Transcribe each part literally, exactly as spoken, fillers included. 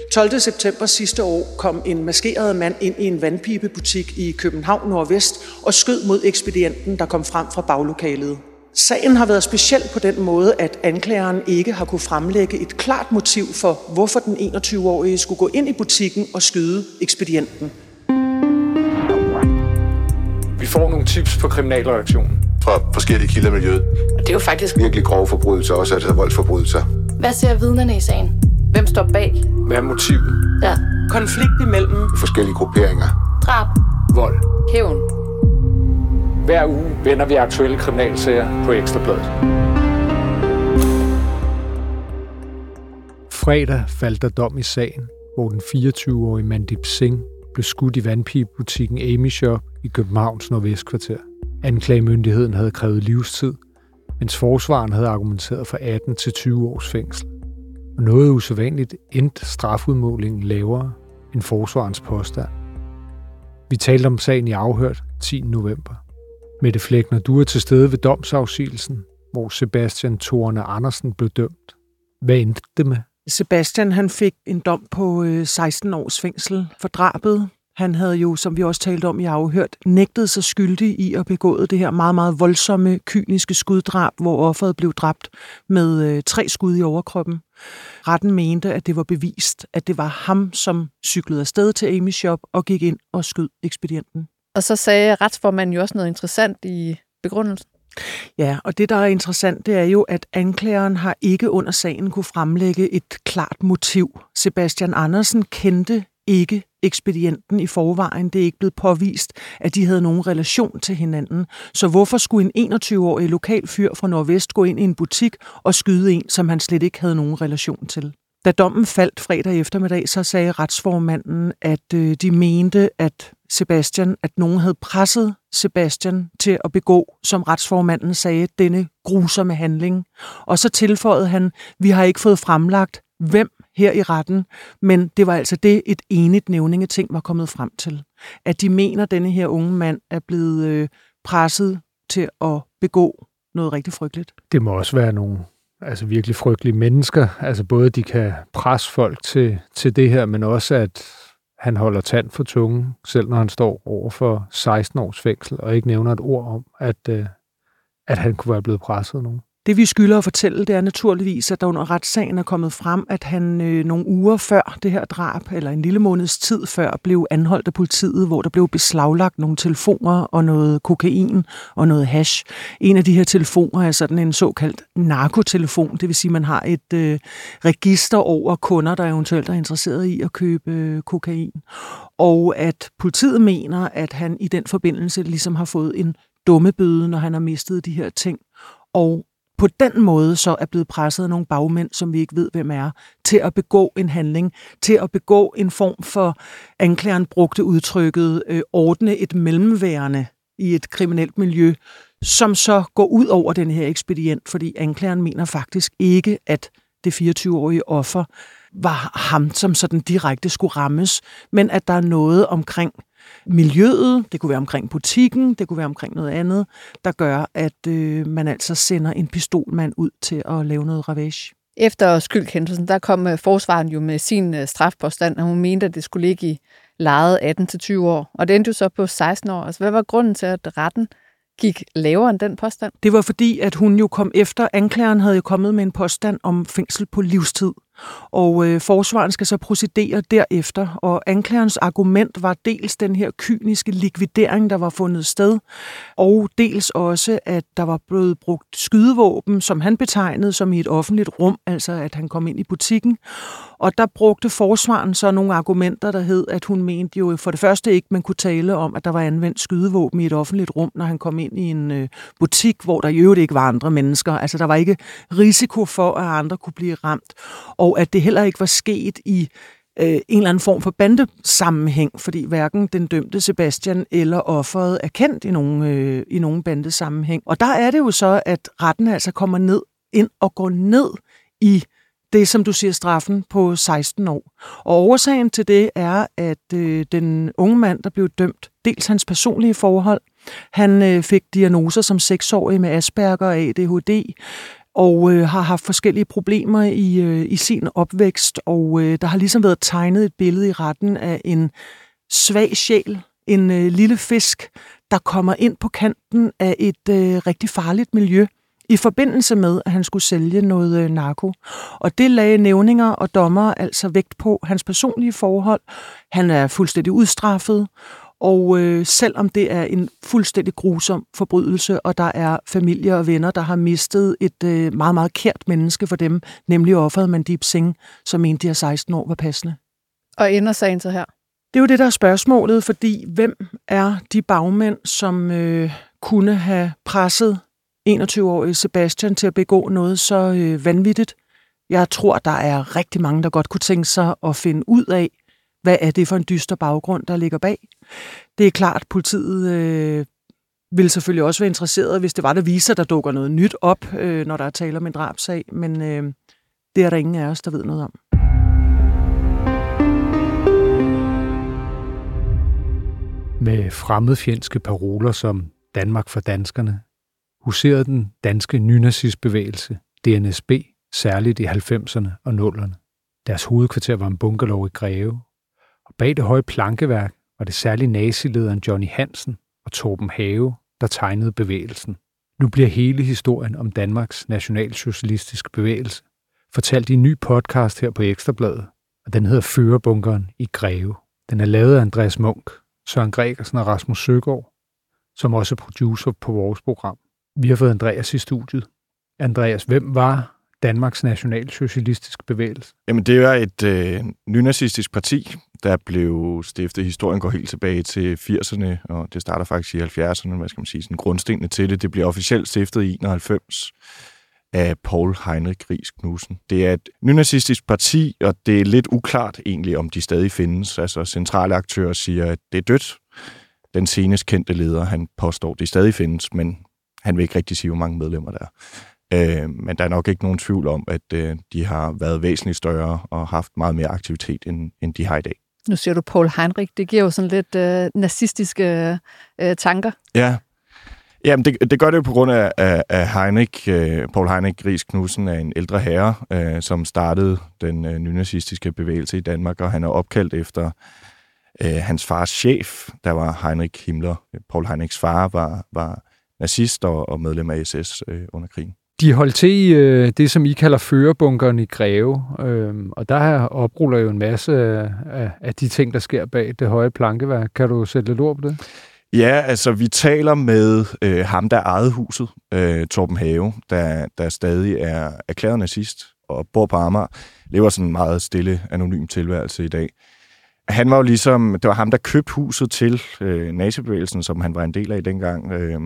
tolvte september sidste år kom en maskeret mand ind i en vandpibebutik i København Nordvest og skød mod ekspedienten, der kom frem fra baglokalet. Sagen har været speciel på den måde, at anklageren ikke har kunne fremlægge et klart motiv for, hvorfor den enogtyve-årige skulle gå ind i butikken og skyde ekspedienten. Vi får nogle tips på kriminalreaktionen fra forskellige kilder i miljøet. Og det er jo faktisk virkelig grove forbrydelser, også altså voldsforbrydelser. Hvad ser vidnerne i sagen? Hvem står bag? Hvad er motivet? Ja. Konflikt imellem forskellige grupperinger. Drab. Vold. Hævn. Hver uge vender vi aktuelle kriminalsager på Ekstra Bladet. Fredag faldt der dom i sagen, hvor den fireogtyve-årige Mandip Singh blev skudt i vandpibebutikken Amy Shop i Københavns Nordvestkvarter. Anklagemyndigheden havde krævet livstid, mens forsvaren havde argumenteret for atten til tyve års fængsel. Og noget usædvanligt endte strafudmålingen lavere end forsvarens påstand. Vi talte om sagen i Afhørt tiende november. Mette Fleckner, du er til stede ved domsafsigelsen, hvor Sebastian Thorne Andersen blev dømt. Hvad endte det med? Sebastian han fik en dom på seksten års fængsel for drabet. Han havde jo, som vi også talte om i Afhørt, nægtet sig skyldig i at begå det her meget, meget voldsomme, kyniske skuddrab, hvor offeret blev dræbt med øh, tre skud i overkroppen. Retten mente, at det var bevist, at det var ham, som cyklede afsted til Amy Shop og gik ind og skød ekspedienten. Og så sagde retsformanden jo også noget interessant i begrundelsen. Ja, og det, der er interessant, det er jo, at anklageren har ikke under sagen kunne fremlægge et klart motiv. Sebastian Andersen kendte ikke ekspedienten i forvejen. Det er ikke blevet påvist, at de havde nogen relation til hinanden. Så hvorfor skulle en enogtyve-årig lokal fyr fra Nordvest gå ind i en butik og skyde en, som han slet ikke havde nogen relation til? Da dommen faldt fredag eftermiddag, så sagde retsformanden, at øh, de mente, at Sebastian, at nogen havde presset Sebastian til at begå, som retsformanden sagde, denne grusomme handling. Og så tilføjede han, vi har ikke fået fremlagt, hvem her i retten, men det var altså det, et enigt nævningeting var kommet frem til. At de mener, at denne her unge mand er blevet øh, presset til at begå noget rigtig frygteligt. Det må også være nogle altså virkelig frygtelige mennesker. Altså både de kan presse folk til, til det her, men også at han holder tand for tungen, selv når han står over for seksten års fængsel, og ikke nævner et ord om, at, øh, at han kunne være blevet presset nogen. Det vi skylder at fortælle, det er naturligvis, at der under retssagen er kommet frem, at han øh, nogle uger før det her drab, eller en lille måneds tid før, blev anholdt af politiet, hvor der blev beslaglagt nogle telefoner og noget kokain og noget hash. En af de her telefoner er sådan en såkaldt narkotelefon, det vil sige, at man har et øh, register over kunder, der eventuelt er interesseret i at købe øh, kokain. Og at politiet mener, at han i den forbindelse ligesom har fået en dummebøde, når han har mistet de her ting. Og på den måde så er blevet presset af nogle bagmænd, som vi ikke ved, hvem er, til at begå en handling, til at begå en form for, anklageren brugte udtrykket, øh, ordne et mellemværende i et kriminelt miljø, som så går ud over den her ekspedient, fordi anklageren mener faktisk ikke, at det fireogtyve-årige offer var ham, som sådan direkte skulle rammes, men at der er noget omkring miljøet, det kunne være omkring butikken, det kunne være omkring noget andet, der gør, at øh, man altså sender en pistolmand ud til at lave noget ravage. Efter skyldkendelsen, der kom forsvaren jo med sin strafpåstand, og hun mente, at det skulle ligge i lejet atten til tyve år. Og det endte jo så på seksten år. Altså, hvad var grunden til, at retten gik lavere end den påstand? Det var fordi, at hun jo kom efter. Anklageren havde jo kommet med en påstand om fængsel på livstid. Og øh, forsvaren skal så procedere derefter, og anklagerens argument var dels den her kyniske likvidering, der var fundet sted, og dels også, at der var blevet brugt skydevåben, som han betegnede som i et offentligt rum, altså at han kom ind i butikken. Og der brugte forsvaren så nogle argumenter, der hed, at hun mente jo for det første ikke, man kunne tale om, at der var anvendt skydevåben i et offentligt rum, når han kom ind i en øh, butik, hvor der i øvrigt ikke var andre mennesker. Altså der var ikke risiko for, at andre kunne blive ramt. Og at det heller ikke var sket i øh, en eller anden form for bandesammenhæng, fordi hverken den dømte Sebastian eller offeret er kendt i nogen, øh, i nogen bandesammenhæng. Og der er det jo så, at retten altså kommer ned ind og går ned i det, som du siger, straffen på seksten år. Og årsagen til det er, at øh, den unge mand, der blev dømt, dels hans personlige forhold, han øh, fik diagnoser som seksårig med Asperger og A D H D, og øh, har haft forskellige problemer i, øh, i sin opvækst, og øh, der har ligesom været tegnet et billede i retten af en svag sjæl, en øh, lille fisk, der kommer ind på kanten af et øh, rigtig farligt miljø, i forbindelse med, at han skulle sælge noget øh, narko. Og det lagde nævninger og dommer altså vægt på hans personlige forhold. Han er fuldstændig udstraffet, og øh, selvom det er en fuldstændig grusom forbrydelse, og der er familier og venner, der har mistet et øh, meget, meget kært menneske for dem, nemlig offeret Mandip Singh, som mente, de her seksten år var passende. Og ender sagen så her? Det er jo det, der er spørgsmålet, fordi hvem er de bagmænd, som øh, kunne have presset enogtyve-årige Sebastian til at begå noget så øh, vanvittigt? Jeg tror, der er rigtig mange, der godt kunne tænke sig at finde ud af, hvad er det for en dyster baggrund, der ligger bag. Det er klart, at politiet øh, ville selvfølgelig også være interesseret, hvis det var, der viser, der dukker noget nyt op, øh, når der er tale om en drabsag, men øh, det er der ingen af os, der ved noget om. Med fremmedfjendske paroler som Danmark for danskerne, huserede den danske nynazistbevægelse D N S B særligt i halvfemserne og nullerne. Deres hovedkvarter var en bunkerlov i Greve, og bag det høje plankeværk var det særligt nazilederen Johnny Hansen og Torben Have, der tegnede bevægelsen. Nu bliver hele historien om Danmarks nationalsocialistiske bevægelse fortalt i en ny podcast her på Ekstra Bladet, og den hedder Førerbunkeren i Greve. Den er lavet af Andreas Munk, Søren Gregersen og Rasmus Søgaard, som også er producer på vores program. Vi har fået Andreas i studiet. Andreas, hvem var Danmarks nationalsocialistiske bevægelse? Jamen, det er et øh, nynazistisk parti, der blev stiftet. Historien går helt tilbage til firserne, og det starter faktisk i halvfjerdserne, hvad skal man sige, sådan grundstenene til det. Det bliver officielt stiftet i enoghalvfems af Poul Heinrich Riis Knudsen. Det er et nynazistisk parti, og det er lidt uklart egentlig, om de stadig findes. Altså, centrale aktører siger, at det er dødt. Den senest kendte leder, han påstår, det stadig findes, men han vil ikke rigtig sige, hvor mange medlemmer der er. Øh, men der er nok ikke nogen tvivl om, at øh, de har været væsentligt større og haft meget mere aktivitet, end, end de har i dag. Nu siger du Poul Heinrich. Det giver jo sådan lidt øh, nazistiske øh, tanker. Ja, Jamen, det, det gør det jo på grund af, af, af Heinrich. Øh, Poul Heinrich Riis Knudsen er en ældre herre, øh, som startede den øh, nynazistiske bevægelse i Danmark, og han er opkaldt efter øh, hans fars chef, der var Heinrich Himmler. Poul Heinrichs far var, var nazist og, og medlem af S S øh, under krigen. De holdt til i øh, det, som I kalder førerbunkeren i Greve, øh, og der her opruller jo en masse af, af de ting, der sker bag det høje plankeværk. Kan du sætte lidt ord på det? Ja, altså vi taler med øh, ham, der ejede huset, øh, Torben Have, der, der stadig er erklæret nazist og bor på Amager, lever sådan en meget stille, anonym tilværelse i dag. Han var jo ligesom, det var ham, der købte huset til øh, nazibevægelsen, som han var en del af dengang, øh,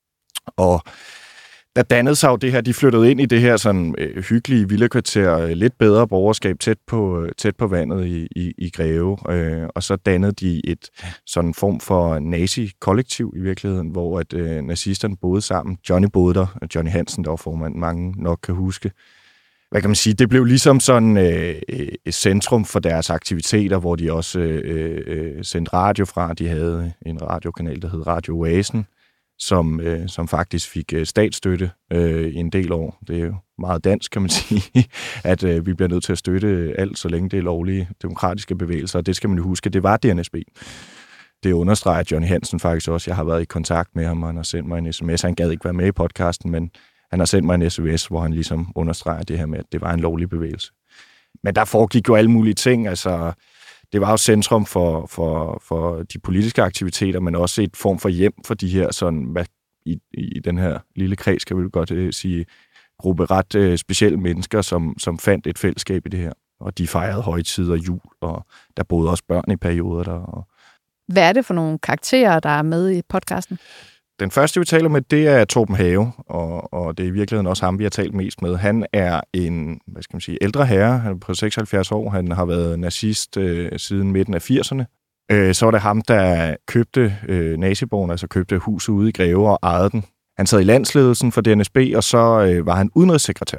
og der dannede sig jo det her, de flyttede ind i det her sådan øh, hyggelige villakvarter, øh, lidt bedre borgerskab tæt på, øh, tæt på vandet i, i, i Greve, øh, og så dannede de et sådan form for nazi-kollektiv i virkeligheden, hvor at øh, nazisterne boede sammen. Johnny boede der, Johnny Hansen, der var formand, mange nok kan huske. Hvad kan man sige? Det blev ligesom sådan øh, et centrum for deres aktiviteter, hvor de også øh, øh, sendte radio fra. De havde en radiokanal, der hed Radio Oasen, som, øh, som faktisk fik øh, statsstøtte øh, i en del år. Det er jo meget dansk, kan man sige, at øh, vi bliver nødt til at støtte alt, så længe det er lovlige demokratiske bevægelser, og det skal man jo huske, det var D N S B. Det understreger Johnny Hansen faktisk også. Jeg har været i kontakt med ham, og han har sendt mig en sms. Han gad ikke være med i podcasten, men han har sendt mig en sms, hvor han ligesom understreger det her med, at det var en lovlig bevægelse. Men der foregik jo alle mulige ting, altså det var jo centrum for, for, for de politiske aktiviteter, men også et form for hjem for de her, sådan, hvad, i, i den her lille kreds, kan vi godt uh, sige, gruppe ret uh, specielle mennesker, som, som fandt et fællesskab i det her. Og de fejrede højtider og jul, og der boede også børn i perioder der. Og hvad er det for nogle karakterer, der er med i podcasten? Den første, vi taler med, det er Torben Have, og, og det er i virkeligheden også ham, vi har talt mest med. Han er en, hvad skal man sige, ældre herre, han er på seksoghalvfjerds år, han har været nazist øh, siden midten af firserne. Øh, så var det ham, der købte øh, naziborgen, altså købte huset ude i Greve og ejede den. Han sad i landsledelsen for D N S B, og så øh, var han udenrigssekretær.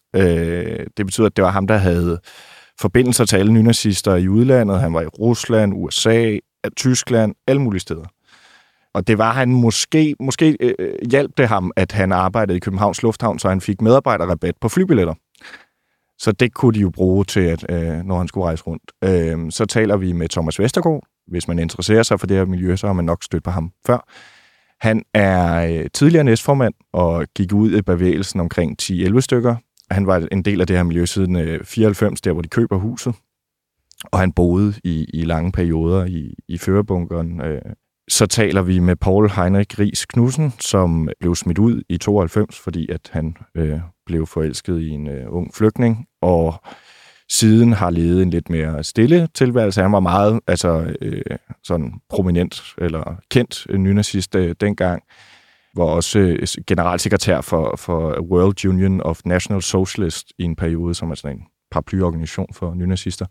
Øh, det betyder, at det var ham, der havde forbindelser til alle nynazister i udlandet. Han var i Rusland, U S A, Tyskland, alle mulige steder. og det var han måske, måske øh, hjalp det ham, at han arbejdede i Københavns Lufthavn, så han fik medarbejderrabat på flybilletter. Så det kunne de jo bruge til, at, øh, når han skulle rejse rundt. Øh, så taler vi med Thomas Vestergaard. Hvis man interesserer sig for det her miljø, så har man nok stødt på ham før. Han er øh, tidligere næstformand og gik ud i bevægelsen omkring ti elleve stykker. Han var en del af det her miljø siden øh, fireoghalvfems, der hvor de køber huset. Og han boede i, i lange perioder i, i førerbunkeren. Øh. Så taler vi med Poul Heinrich Riis Knudsen, som blev smidt ud i tooghalvfems, fordi at han øh, blev forelsket i en øh, ung flygtning, og siden har levet en lidt mere stille tilværelse. Han var meget altså, øh, sådan prominent eller kendt nynazist øh, dengang, var også øh, generalsekretær for, for World Union of National Socialists i en periode, som er sådan en paraplyorganisation for nynazister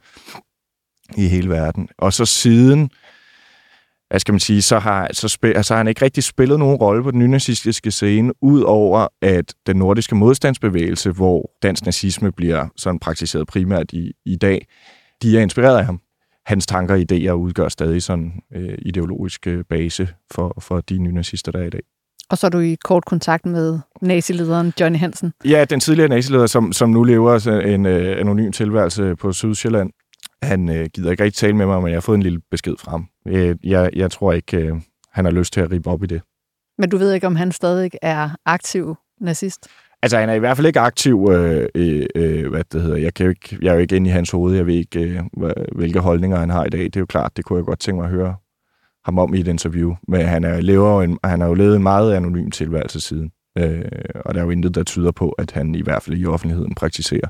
i hele verden. Og så siden, hvad skal man sige, så har, så, spil, så har han ikke rigtig spillet nogen rolle på den nynazistiske scene, udover at den nordiske modstandsbevægelse, hvor dansk nazisme bliver sådan praktiseret primært i, i dag, de er inspireret af ham. Hans tanker og idéer udgør stadig sådan øh, ideologisk base for, for de nynazister, der er i dag. Og så er du i kort kontakt med nazilederen Johnny Hansen. Ja, den tidligere nazileder, som, som nu lever en øh, anonym tilværelse på Sydsjælland. Han øh, gider ikke rigtig tale med mig, men jeg har fået en lille besked fra ham. Øh, jeg, jeg tror ikke, øh, han har lyst til at ribe op i det. Men du ved ikke, om han stadig er aktiv nazist? Altså, han er i hvert fald ikke aktiv, øh, øh, hvad det hedder. Jeg, kan jo ikke, jeg er jo ikke inde i hans hoved. Jeg ved ikke, øh, hvilke holdninger han har i dag. Det er jo klart, det kunne jeg godt tænke mig at høre ham om i et interview. Men han, er, lever en, han har jo levet en meget anonym tilværelse siden. Øh, og der er jo intet, der tyder på, at han i hvert fald i offentligheden praktiserer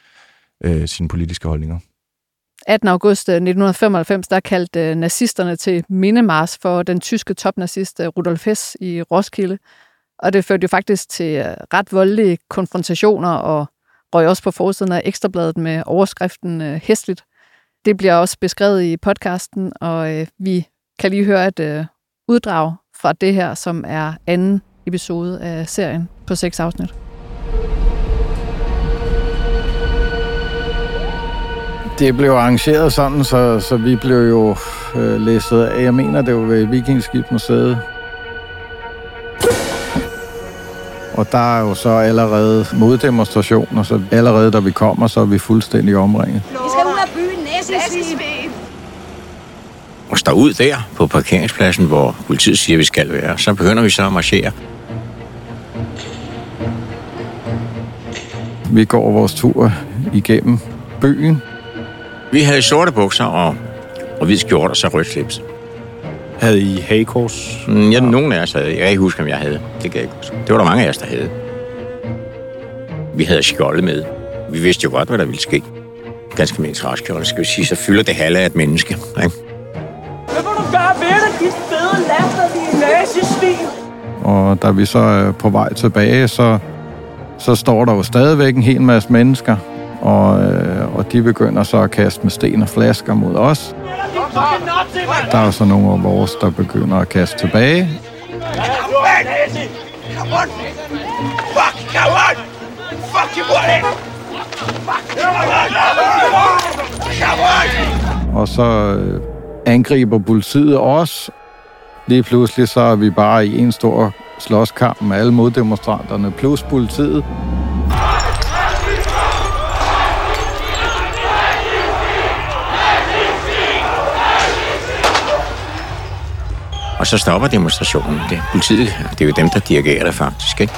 øh, sine politiske holdninger. attende august nitten femoghalvfems, der kaldte nazisterne til mindemarch for den tyske topnazist Rudolf Hess i Roskilde. Og det førte jo faktisk til ret voldelige konfrontationer og røg også på forsiden af Ekstrabladet med overskriften hæsligt. Det bliver også beskrevet i podcasten, og vi kan lige høre et uddrag fra det her, som er anden episode af serien på seks afsnit. Det blev arrangeret sådan, så, så vi blev jo øh, læsset af. Jeg mener, det var ved Vikingskibsmuseet. Og der er jo så allerede moddemonstrationer, så allerede da vi kommer, så er vi fuldstændig omringet. Vi skal ud af byen, Næsesvig. Og står ud der på parkeringspladsen, hvor politiet siger, at vi skal være. Så begynder vi så at marchere. Vi går vores tur igennem byen. Vi havde sorte bukser og, og hvid skjorte og så rødt slips. Havde I hagekors? Mm, ja, nogen af os havde. Jeg kan ikke huske, om jeg havde. Det kan jeg ikke huske. Det var der mange af os, der havde. Vi havde skjolde med. Vi vidste jo godt, hvad der ville ske. Ganske mindst træskjolde, skal vi sige. Så fylder det halve af et menneske. Ikke? Hvad vil du gøre ved det, dit fede laster, din nazisvin? Og da vi så er på vej tilbage, så, så står der jo stadigvæk en hel masse mennesker. Og, øh, og de begynder så at kaste med sten og flasker mod os. Der er så nogle af vores, der begynder at kaste tilbage. Og så øh, angriber politiet os. Lige pludselig så er vi bare i en stor slåskamp med alle moddemonstranterne plus politiet. Og så stopper demonstrationen. Det, politiet, det er jo dem, der dirigerer det faktisk, ikke?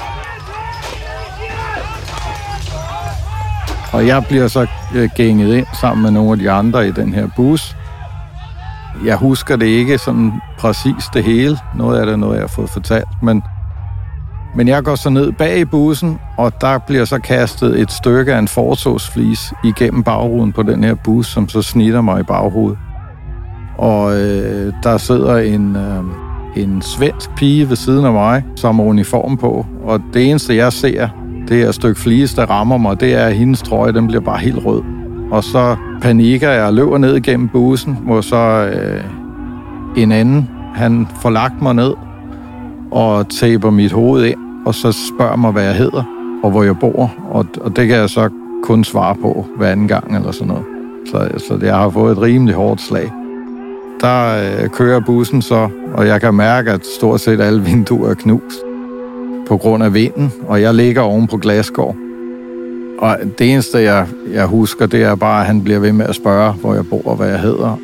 Og jeg bliver så gænget ind sammen med nogle af de andre i den her bus. Jeg husker det ikke sådan præcis det hele. Noget af det er noget, jeg har fået fortalt. Men, men jeg går så ned bag i bussen, og der bliver så kastet et stykke af en fortogsflis igennem bagruden på den her bus, som så snitter mig i baghovedet. Og øh, der sidder en, øh, en svensk pige ved siden af mig, som har uniform på. Og det eneste, jeg ser, det er et stykke flis, der rammer mig. Det er, at hendes trøje, den bliver bare helt rød. Og så panikker jeg og løber ned igennem bussen, hvor så øh, en anden, han får lagt mig ned og taber mit hoved ind. Og så spørger mig, hvad jeg hedder og hvor jeg bor. Og, og det kan jeg så kun svare på hver anden gang eller sådan noget. Så, så jeg har fået et rimelig hårdt slag. der øh, kører bussen så, og jeg kan mærke, at stort set alle vinduer er knust på grund af vinden, og jeg ligger oven på Glasgård. Og det eneste, jeg, jeg husker, det er bare, at han bliver ved med at spørge, hvor jeg bor og hvad jeg hedder.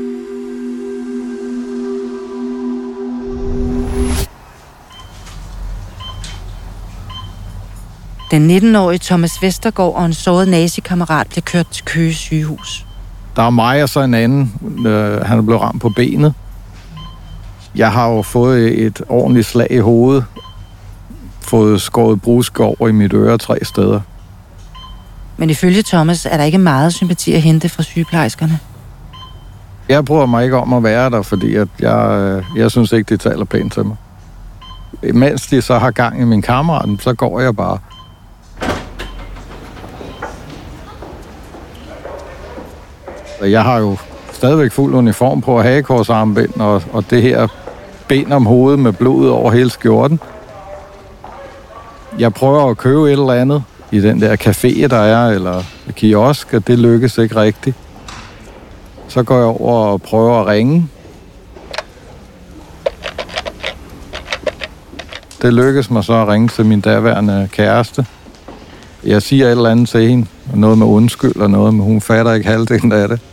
Den nitten-årige Thomas Vestergaard og en såret nazikammerat blev kørt til Køge sygehus. Der er mig og så en anden. Øh, han er blevet ramt på benet. Jeg har jo fået et ordentligt slag i hovedet. Fået skåret brusk over i mit øre tre steder. Men ifølge Thomas er der ikke meget sympati at hente fra sygeplejerskerne. Jeg bryder mig ikke om at være der, fordi at jeg, jeg synes ikke, det taler pænt til mig. Mens de så har gang i min kammerat, så går jeg bare. Jeg har jo stadigvæk fuld uniform på, hagekorsarmbind og, og det her ben om hovedet med blod over hele skjorten. Jeg prøver at købe et eller andet i den der café, der er, eller kiosk, og det lykkes ikke rigtigt. Så går jeg over og prøver at ringe. Det lykkes mig så at ringe til min daværende kæreste. Jeg siger et eller andet til hende, og noget med undskyld og noget, men hun fatter ikke halvdelen af det.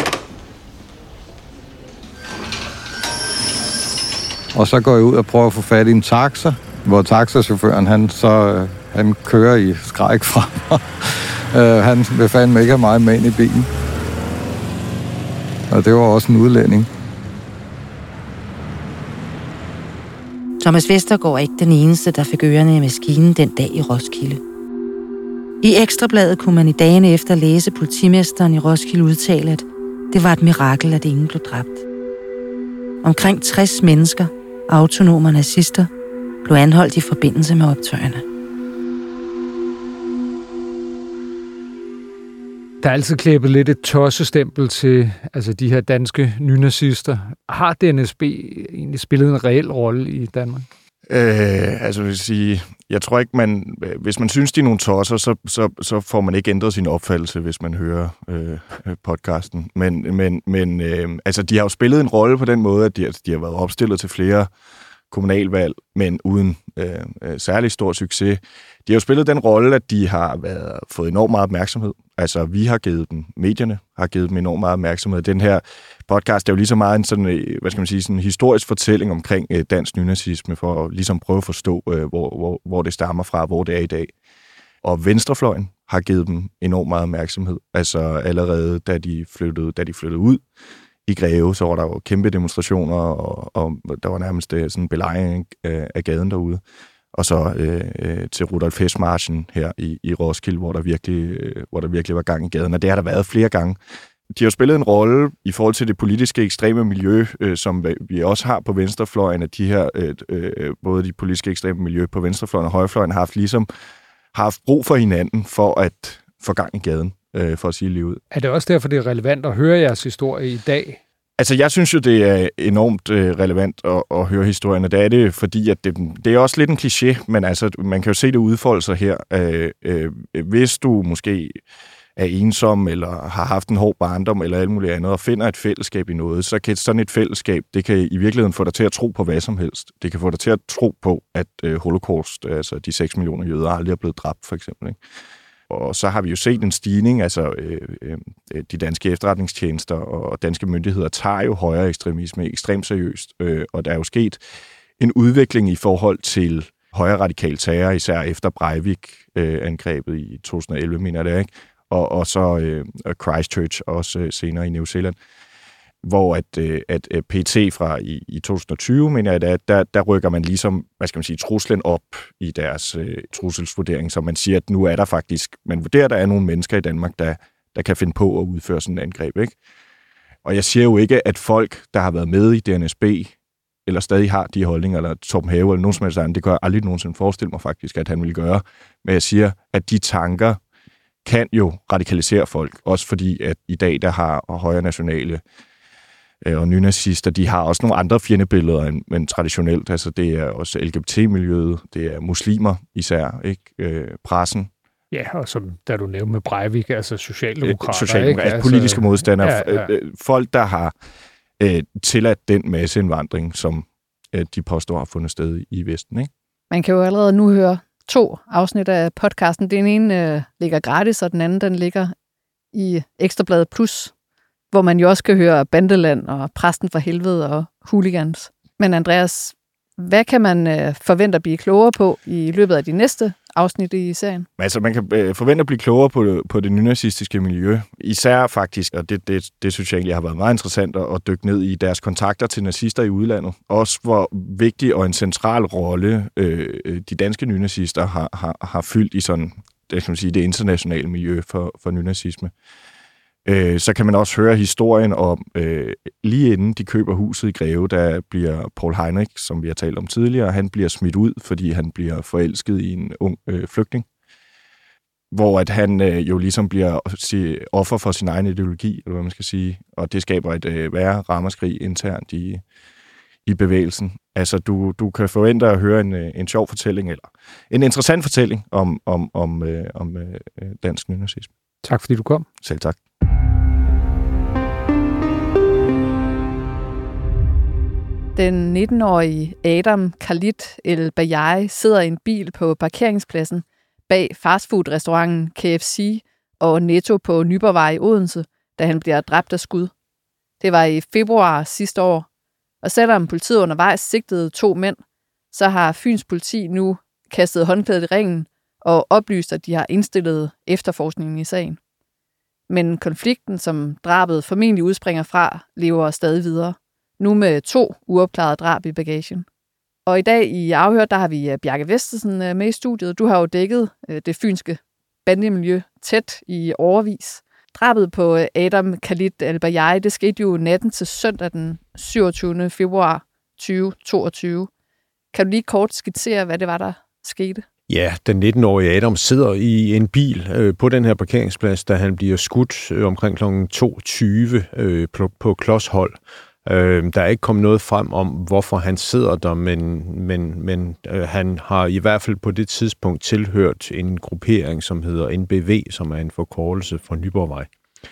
Og så går jeg ud og prøver at få fat i en taxa, hvor taxachaufføren, han så han kører i skræk fra mig. uh, han vil fandme ikke have mig med ind i bilen. Og det var også en udlænding. Thomas Vestergaard er ikke den eneste, der fik ørerne i maskinen den dag i Roskilde. I Ekstrabladet kunne man i dagene efter læse politimesteren i Roskilde udtale, at det var et mirakel, at ingen blev dræbt. Omkring tres mennesker, autonome og nazister, blev anholdt i forbindelse med optøjerne. Der er altid klæbet lidt et tossestempel til altså de her danske nynazister. Har D N S B egentlig spillet en reel rolle i Danmark? Øh, altså vil sige, jeg tror ikke, man, hvis man synes, de er nogle tosser, så, så, så får man ikke ændret sin opfattelse, hvis man hører øh, podcasten. Men, men, men øh, altså, de har jo spillet en rolle på den måde, at de, de har været opstillet til flere kommunalvalg, men uden øh, særlig stor succes. De har jo spillet den rolle, at de har været, fået enormt meget opmærksomhed. Altså, vi har givet dem, medierne har givet dem enormt meget opmærksomhed. Den her podcast er jo lige så meget en sådan, hvad skal man sige, sådan en historisk fortælling omkring øh, dansk nynazisme, for at ligesom prøve at forstå, øh, hvor, hvor, hvor det stammer fra, hvor det er i dag. Og venstrefløjen har givet dem enormt meget opmærksomhed. Altså, allerede da de flyttede, da de flyttede ud i Greve, så var der jo kæmpe demonstrationer, og, og der var nærmest sådan en belejring af, af gaden derude. Og så øh, til Rudolf Hess-marchen her i, i Roskilde, hvor der, virkelig, øh, hvor der virkelig var gang i gaden. Og det har der været flere gange. De har jo spillet en rolle i forhold til det politiske ekstreme miljø, øh, som vi også har på venstrefløjen, at de her, øh, øh, både de politiske ekstreme miljø på venstrefløjen og højrefløjen, har haft, ligesom, har haft brug for hinanden for at få gang i gaden, øh, for at sige livet. Er det også derfor, det er relevant at høre jeres historie i dag? Altså, jeg synes jo, det er enormt øh, relevant at, at høre historien, og det er det, fordi at det, det er også lidt en kliché, men altså, man kan jo se det udfolde sig her. Øh, øh, hvis du måske er ensom, eller har haft en hård barndom, eller alt muligt andet, og finder et fællesskab i noget, så kan sådan et fællesskab, det kan i virkeligheden få dig til at tro på hvad som helst. Det kan få dig til at tro på, at øh, holocaust, altså de seks millioner jøder, aldrig er blevet dræbt, for eksempel, ikke? Og så har vi jo set en stigning, altså øh, øh, de danske efterretningstjenester og danske myndigheder tager jo højere ekstremisme ekstremt seriøst, øh, og der er jo sket en udvikling i forhold til højre radikal terror, især efter Breivik-angrebet øh, i to tusind og elleve, mener det, ikke? Og, og så øh, Christchurch også øh, senere i New Zealand, hvor at, øh, at P E T fra i, i to tusind og tyve, mener jeg, at der, der rykker man ligesom, hvad skal man sige, truslen op i deres øh, trusselsvurdering, så man siger, at nu er der faktisk, man vurderer, at der er nogle mennesker i Danmark, der, der kan finde på at udføre sådan et angreb, ikke? Og jeg siger jo ikke, at folk, der har været med i D N S B, eller stadig har de holdninger, eller Torben Have, eller nogen som helst andet, det kan jeg aldrig nogensinde forestille mig faktisk, at han vil gøre, men jeg siger, at de tanker kan jo radikalisere folk, også fordi, at i dag, der har højre nationale og nynazister, de har også nogle andre fjendebilleder end, end traditionelt. Altså, det er også L G B T-miljøet, det er muslimer især, ikke? Øh, pressen. Ja, og som da du nævnte med Breivik, altså socialdemokrater. Socialdemokrater, ikke? politiske altså, modstandere. Ja, ja. Folk, der har øh, tilladt den masseindvandring, som øh, de påstår har fundet sted i Vesten. Ikke? Man kan jo allerede nu høre to afsnit af podcasten. Den ene øh, ligger gratis, og den anden den ligger i Ekstrabladet Plus, hvor man jo også kan høre Bandeland og Præsten fra Helvede og Hooligans. Men Andreas, hvad kan man øh, forvente at blive klogere på i løbet af de næste afsnit i serien? Altså, man kan øh, forvente at blive klogere på, på det nynazistiske miljø. Især faktisk, og det, det, det synes jeg egentlig har været meget interessant at, at dykke ned i deres kontakter til nazister i udlandet. Også hvor vigtig og en central rolle øh, de danske nynazister har, har, har fyldt i sådan, det, kan man sige, det internationale miljø for, for nynazisme. Øh, så kan man også høre historien om, øh, lige inden de køber huset i Greve, der bliver Paul Heinrich, som vi har talt om tidligere, han bliver smidt ud, fordi han bliver forelsket i en ung øh, flygtning. Hvor at han øh, jo ligesom bliver sige, offer for sin egen ideologi, eller hvad man skal sige, og det skaber et øh, værre ramaskrig internt i, i bevægelsen. Altså, du, du kan forvente at høre en, en sjov fortælling, eller en interessant fortælling om, om, om, øh, om øh, dansk nynazisme. Tak fordi du kom. Selv tak. Den nitten-årige Adam Khalid El-Bayai sidder i en bil på parkeringspladsen bag fastfood-restauranten K F C og Netto på Nyborgvej i Odense, da han bliver dræbt af skud. Det var i februar sidste år, og selvom politiet undervejs sigtede to mænd, så har Fyns politi nu kastet håndklædet i ringen og oplyst, at de har indstillet efterforskningen i sagen. Men konflikten, som drabet formentlig udspringer fra, lever stadig videre. Nu med to uopklarede drab i bagagen. Og i dag i Afhør, der har vi Bjarke Vestersen med i studiet. Du har jo dækket det fynske bandemiljø tæt i årevis. Drabet på Adam Khalid El-Bayai, det skete jo natten til søndag den syvogtyvende februar tyve toogtyve. Kan du lige kort skitsere, hvad det var, der skete? Ja, den nitten-årige Adam sidder i en bil øh, på den her parkeringsplads, da han bliver skudt øh, omkring klokken to tyve øh, på, på klodshold. Øh, der er ikke kommet noget frem om, hvorfor han sidder der, men, men, men øh, han har i hvert fald på det tidspunkt tilhørt en gruppering, som hedder N B V, som er en forkortelse fra Nyborgvej.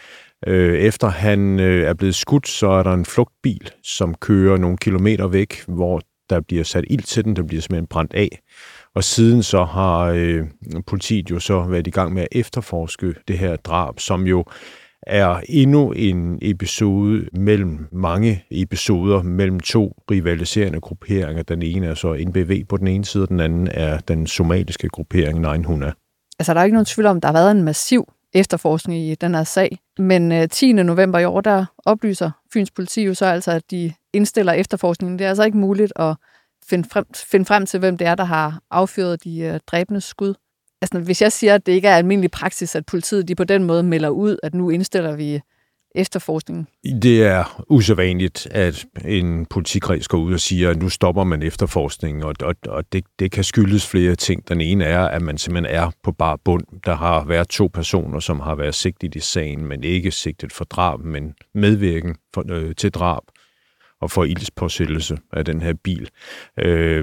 Øh, efter han øh, er blevet skudt, så er der en flugtbil, som kører nogle kilometer væk, hvor der bliver sat ild til den, der bliver simpelthen brændt af. Og siden så har øh, politiet jo så været i gang med at efterforske det her drab, som jo er endnu en episode mellem mange episoder mellem to rivaliserende grupperinger. Den ene er så N B V på den ene side, og den anden er den somaliske gruppering nine hundrede. Altså, der er ikke nogen tvivl om, at der har været en massiv efterforskning i den her sag. Men tiende november i år, der oplyser Fyns politi jo så altså, at de indstiller efterforskningen. Det er altså ikke muligt at finde frem, finde frem til, hvem det er, der har affyret de uh, dræbende skud. Altså, hvis jeg siger, at det ikke er almindelig praksis, at politiet de på den måde melder ud, at nu indstiller vi efterforskningen. Det er usædvanligt, at en politikreds går ud og siger, at nu stopper man efterforskningen, og, og, og det, det kan skyldes flere ting. Den ene er, at man simpelthen er på bar bund. Der har været to personer, som har været sigtet i sagen, men ikke sigtet for drab, men medvirken for, øh, til drab og for ildspåsættelse af den her bil. Øh,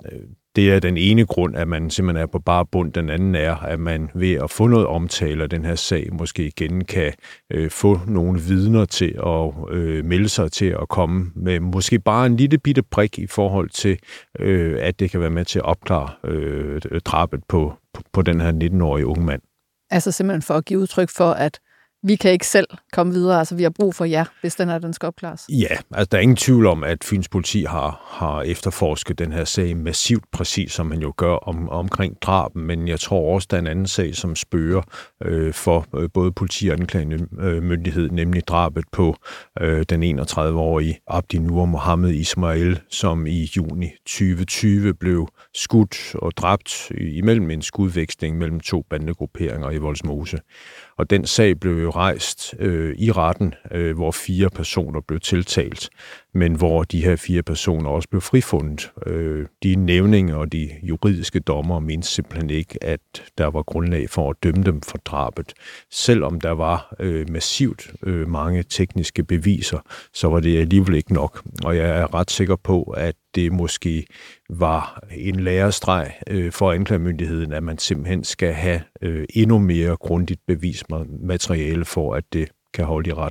Det er den ene grund, at man simpelthen er på bare bund. Den anden er, at man ved at få noget omtale af den her sag, måske igen kan øh, få nogle vidner til at øh, melde sig til at komme med måske bare en lille bitte brik i forhold til, øh, at det kan være med til at opklare øh, drabet på, på, på den her nitten-årige unge mand. Altså simpelthen for at give udtryk for, at vi kan ikke selv komme videre, altså vi har brug for jer, hvis den her den skal opklares. Ja, altså der er ingen tvivl om, at Fyns politi har, har efterforsket den her sag massivt, præcis som man jo gør om, omkring draben, men jeg tror også, der er en anden sag, som spørger øh, for øh, både politi og anklagemyndighed, nemlig drabet på øh, den enogtredive-årige Abdi Nur Mohammed Ismail, som i juni tyve tyve blev skudt og dræbt imellem en skudveksling mellem to bandegrupperinger i Vollsmose. Og den sag blev jo rejst øh, i retten, øh, hvor fire personer blev tiltalt, men hvor de her fire personer også blev frifundet. Øh, de nævninger og de juridiske dommere mente simpelthen ikke, at der var grundlag for at dømme dem for drabet. Selvom der var øh, massivt øh, mange tekniske beviser, så var det alligevel ikke nok. Og jeg er ret sikker på, at det måske var en lærestreg øh, for anklagemyndigheden, at man simpelthen skal have øh, endnu mere grundigt bevismateriale for, at det kan holde i retten.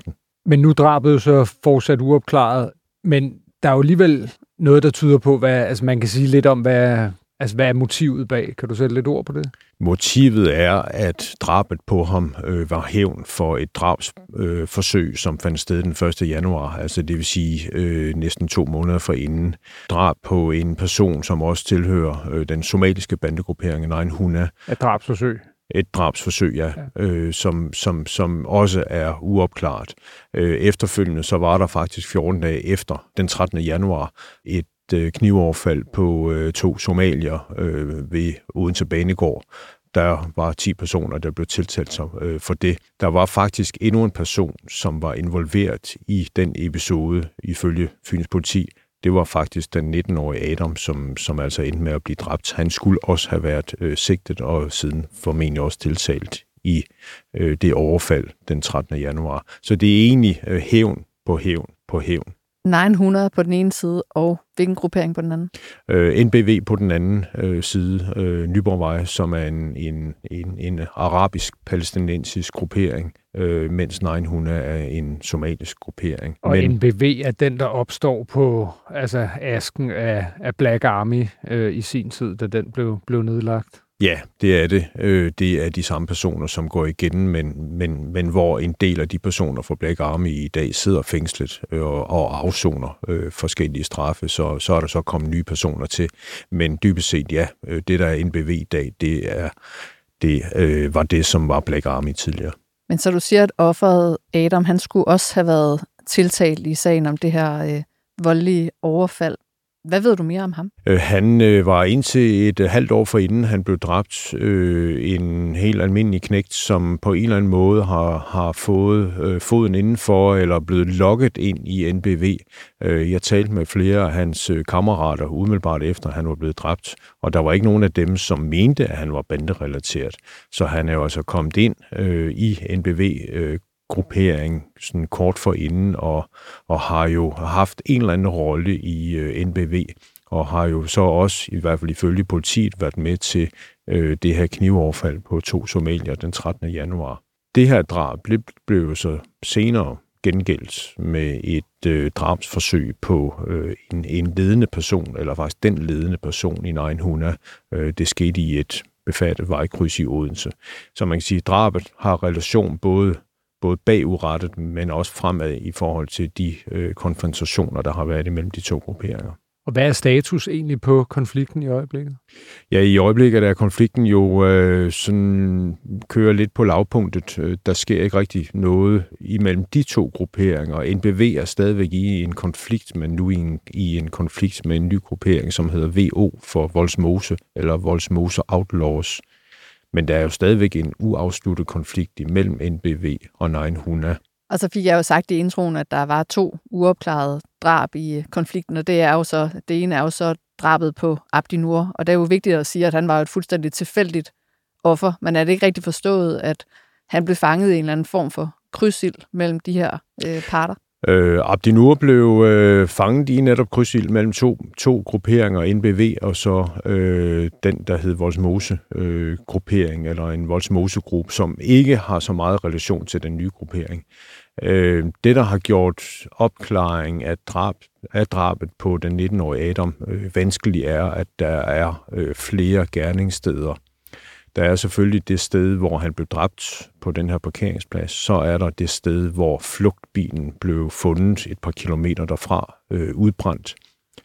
Men nu drabet jo så fortsat uopklaret, men der er jo alligevel noget, der tyder på, hvad altså man kan sige lidt om, hvad, altså, hvad er motivet bag. Kan du sætte lidt ord på det? Motivet er, at drabet på ham øh, var hævn for et drabsforsøg, øh, som fandt sted den første januar, altså det vil sige øh, næsten to måneder forinden. Drab på en person, som også tilhører øh, den somaliske bandegruppering Nine Huna. Et drabsforsøg? Et drabsforsøg, ja, ja. Øh, som, som, som også er uopklaret. Øh, efterfølgende så var der faktisk fjorten dage efter, den trettende januar, et øh, knivoverfald på øh, to somalier øh, ved Odense Banegård. Der var ti personer, der blev tiltalt øh, for det. Der var faktisk endnu en person, som var involveret i den episode, ifølge Fyns politi. Det var faktisk den nitten-årige Adam, som, som altså endte med at blive dræbt. Han skulle også have været øh, sigtet og siden formentlig også tiltalt i øh, det overfald den trettende januar. Så det er egentlig øh, hævn på hævn på hævn. ni hundrede på den ene side, og hvilken gruppering på den anden? Øh, N B V på den anden øh, side, øh, Nyborgvej, som er en, en, en, en arabisk-palæstinensisk gruppering, øh, mens Nine hundrede er en somalisk gruppering. Og Men, N B V er den, der opstår på altså, asken af, af Black Army øh, i sin tid, da den blev, blev nedlagt. Ja, det er det. Det er de samme personer, som går igen, men, men, men hvor en del af de personer fra Black Army i dag sidder fængslet og, og afsoner øh, forskellige straffe, så, så er der så kommet nye personer til. Men dybest set, ja, det der er N B V i dag, det, er, det øh, var det, som var Black Army tidligere. Men så du siger, at offeret Adam, han skulle også have været tiltalt i sagen om det her øh, voldelige overfald. Hvad ved du mere om ham? Øh, han øh, var indtil et øh, halvt år forinden, han blev dræbt, øh, en helt almindelig knægt, som på en eller anden måde har, har fået øh, foden indenfor eller blevet lokket ind i N B V. Øh, jeg talte med flere af hans øh, kammerater umiddelbart efter, han var blevet dræbt, og der var ikke nogen af dem, som mente, at han var banderelateret. Så han er jo altså kommet ind øh, i N B V øh, gruppering sådan kort forinden, og, og har jo haft en eller anden rolle i øh, N B V, og har jo så også, i hvert fald ifølge politiet, været med til øh, det her knivoverfald på to somalier den trettende januar. Det her drab blev, blev jo så senere gengældt med et øh, drabsforsøg på øh, en, en ledende person, eller faktisk den ledende person i Nine hundrede. Øh, det skete i et befattet vejkryds i Odense. Så man kan sige, at drabet har relation både både bagudrettet, men også fremad i forhold til de øh, konfrontationer, der har været imellem de to grupperinger. Og hvad er status egentlig på konflikten i øjeblikket? Ja, i øjeblikket er konflikten jo øh, sådan, kører lidt på lavpunktet. Der sker ikke rigtig noget imellem de to grupperinger. N B V er stadigvæk i en konflikt, men nu i en, i en konflikt med en ny gruppering, som hedder V O for Vollsmose, eller Vollsmose Outlaws. Men der er jo stadigvæk en uafsluttet konflikt imellem N B V og Nine hundrede. Og så fik jeg jo sagt i introen, at der var to uopklarede drab i konflikten, og det er jo så, det ene er jo så drabet på Abdi Nur, og det er jo vigtigt at sige, at han var jo et fuldstændig tilfældigt offer, men er det ikke rigtig forstået, at han blev fanget i en eller anden form for krydsild mellem de her øh, parter? Øh, Abdi Nur blev øh, fanget i netop krydsild mellem to, to grupperinger, N B V og så øh, den, der hed Vollsmose øh, gruppering, eller en Vollsmose-gruppe, som ikke har så meget relation til den nye gruppering. Øh, det, der har gjort opklaring af, drab, af drabet på den nitten-årige Adam øh, vanskelig, er, at der er øh, flere gerningssteder. Der er selvfølgelig det sted, hvor han blev dræbt på den her parkeringsplads. Så er der det sted, hvor flugtbilen blev fundet et par kilometer derfra, øh, udbrændt.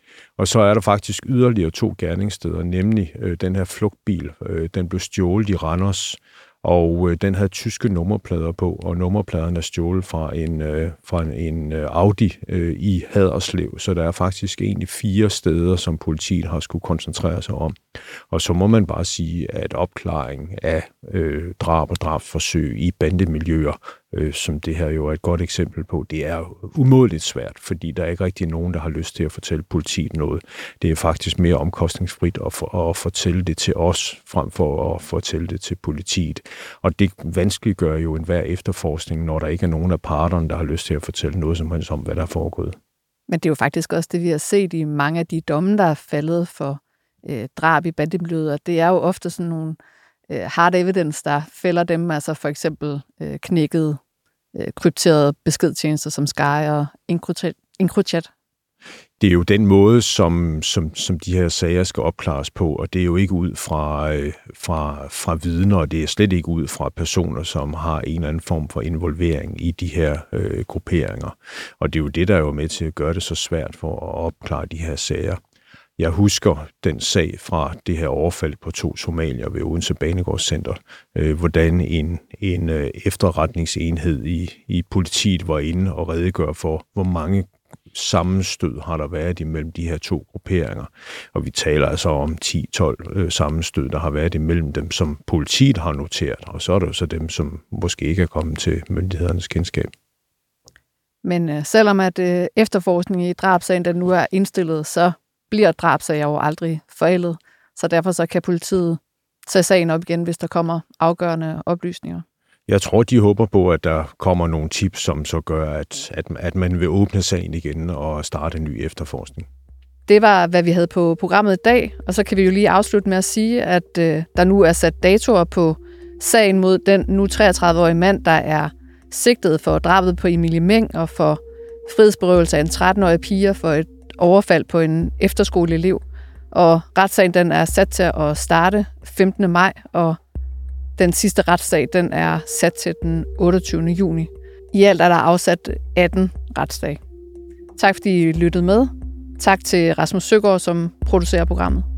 Og så er der faktisk yderligere to gerningssteder, nemlig øh, den her flugtbil. Øh, den blev stjålet i Randers, og øh, den havde tyske nummerplader på, og nummerpladerne er stjålet fra en, øh, fra en, en Audi øh, i Haderslev. Så der er faktisk egentlig fire steder, som politiet har skulle koncentrere sig om. Og så må man bare sige, at opklaring af øh, drab og drabsforsøg i bandemiljøer, øh, som det her jo er et godt eksempel på, det er umådeligt svært, fordi der er ikke rigtig nogen, der har lyst til at fortælle politiet noget. Det er faktisk mere omkostningsfrit at, for, at fortælle det til os, frem for at fortælle det til politiet. Og det vanskeliggør jo enhver efterforskning, når der ikke er nogen af parterne, der har lyst til at fortælle noget som helst om, hvad der er foregået. Men det er jo faktisk også det, vi har set i mange af de domme, der er faldet for øh, drab i bandemiljøet, og det er jo ofte sådan nogle øh, hard evidence, der fælder dem, altså for eksempel øh, knækkede øh, krypterede beskedtjenester som Sky og EncroChat. Det er jo den måde, som, som, som de her sager skal opklares på, og det er jo ikke ud fra, øh, fra, fra vidner, og det er slet ikke ud fra personer, som har en eller anden form for involvering i de her øh, grupperinger. Og det er jo det, der er jo med til at gøre det så svært for at opklare de her sager. Jeg husker den sag fra det her overfald på to somalier ved Odense Banegårdscenter, øh, hvordan en, en øh, efterretningsenhed i, i politiet var inde og redegør for, hvor mange sammenstød har der været imellem de her to grupperinger. Og vi taler altså om ti til tolv øh, sammenstød, der har været imellem dem, som politiet har noteret, og så er der jo så dem, som måske ikke er kommet til myndighedernes kendskab. Men øh, selvom at øh, efterforskning i drabsagen, den nu er indstillet, så bliver drabsager jo aldrig forældet. Så derfor så kan politiet tage sagen op igen, hvis der kommer afgørende oplysninger. Jeg tror, de håber på, at der kommer nogle tips, som så gør, at, at, at man vil åbne sagen igen og starte en ny efterforskning. Det var, hvad vi havde på programmet i dag, og så kan vi jo lige afslutte med at sige, at øh, der nu er sat datoer på sagen mod den nu treogtredive-årige mand, der er sigtet for drabet på Emilie Meng og for frihedsberøvelse af en tretten-årig pige for et overfald på en efterskoleelev. Og retssagen den er sat til at starte femtende maj, og den sidste retssag den er sat til den otteogtyvende juni. I alt er der afsat atten retsdage. Tak fordi I lyttede med. Tak til Rasmus Søgaard, som producerer programmet.